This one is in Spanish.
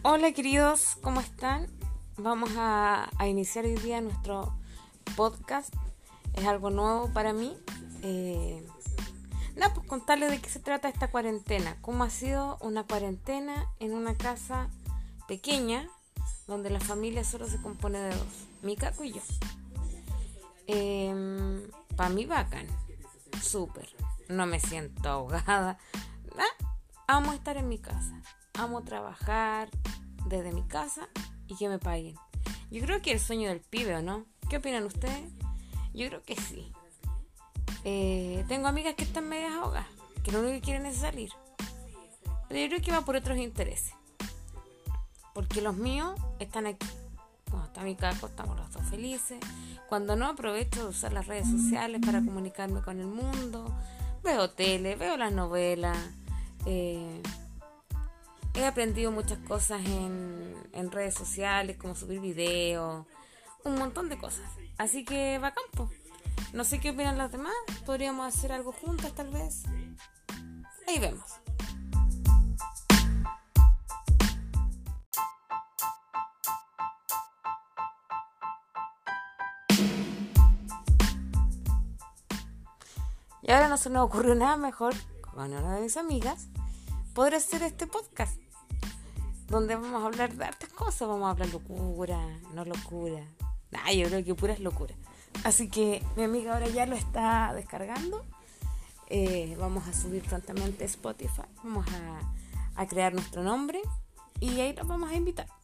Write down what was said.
Hola queridos, ¿cómo están? Vamos a iniciar hoy día nuestro podcast. Es algo nuevo para mí. Pues contarles de qué se trata esta cuarentena. Cómo ha sido una cuarentena en una casa pequeña donde la familia solo se compone de dos, mi caco y yo. Para mí bacán, súper. No me siento ahogada. Amo estar en mi casa. Amo trabajar desde mi casa y que me paguen. Yo creo que es el sueño del pibe, ¿o no? ¿Qué opinan ustedes? Yo creo que sí. Tengo amigas que están medias ahogadas, que lo único que quieren es salir. Pero yo creo que va por otros intereses. Porque los míos están aquí. Cuando está mi caco, estamos los dos felices. Cuando no, aprovecho de usar las redes sociales para comunicarme con el mundo. Veo tele, veo las novelas. He aprendido muchas cosas en redes sociales, como subir videos, un montón de cosas. Así que va a campo. No sé qué opinan los demás. Podríamos hacer algo juntas tal vez. Ahí vemos. Y ahora no se nos ocurrió nada mejor, con una de mis amigas, poder hacer este podcast. Donde vamos a hablar de hartas cosas. Vamos a hablar locura, no locura. Yo creo que pura es locura. Así que mi amiga ahora ya lo está descargando. Vamos a subir prontamente Spotify. Vamos a crear nuestro nombre. Y ahí los vamos a invitar.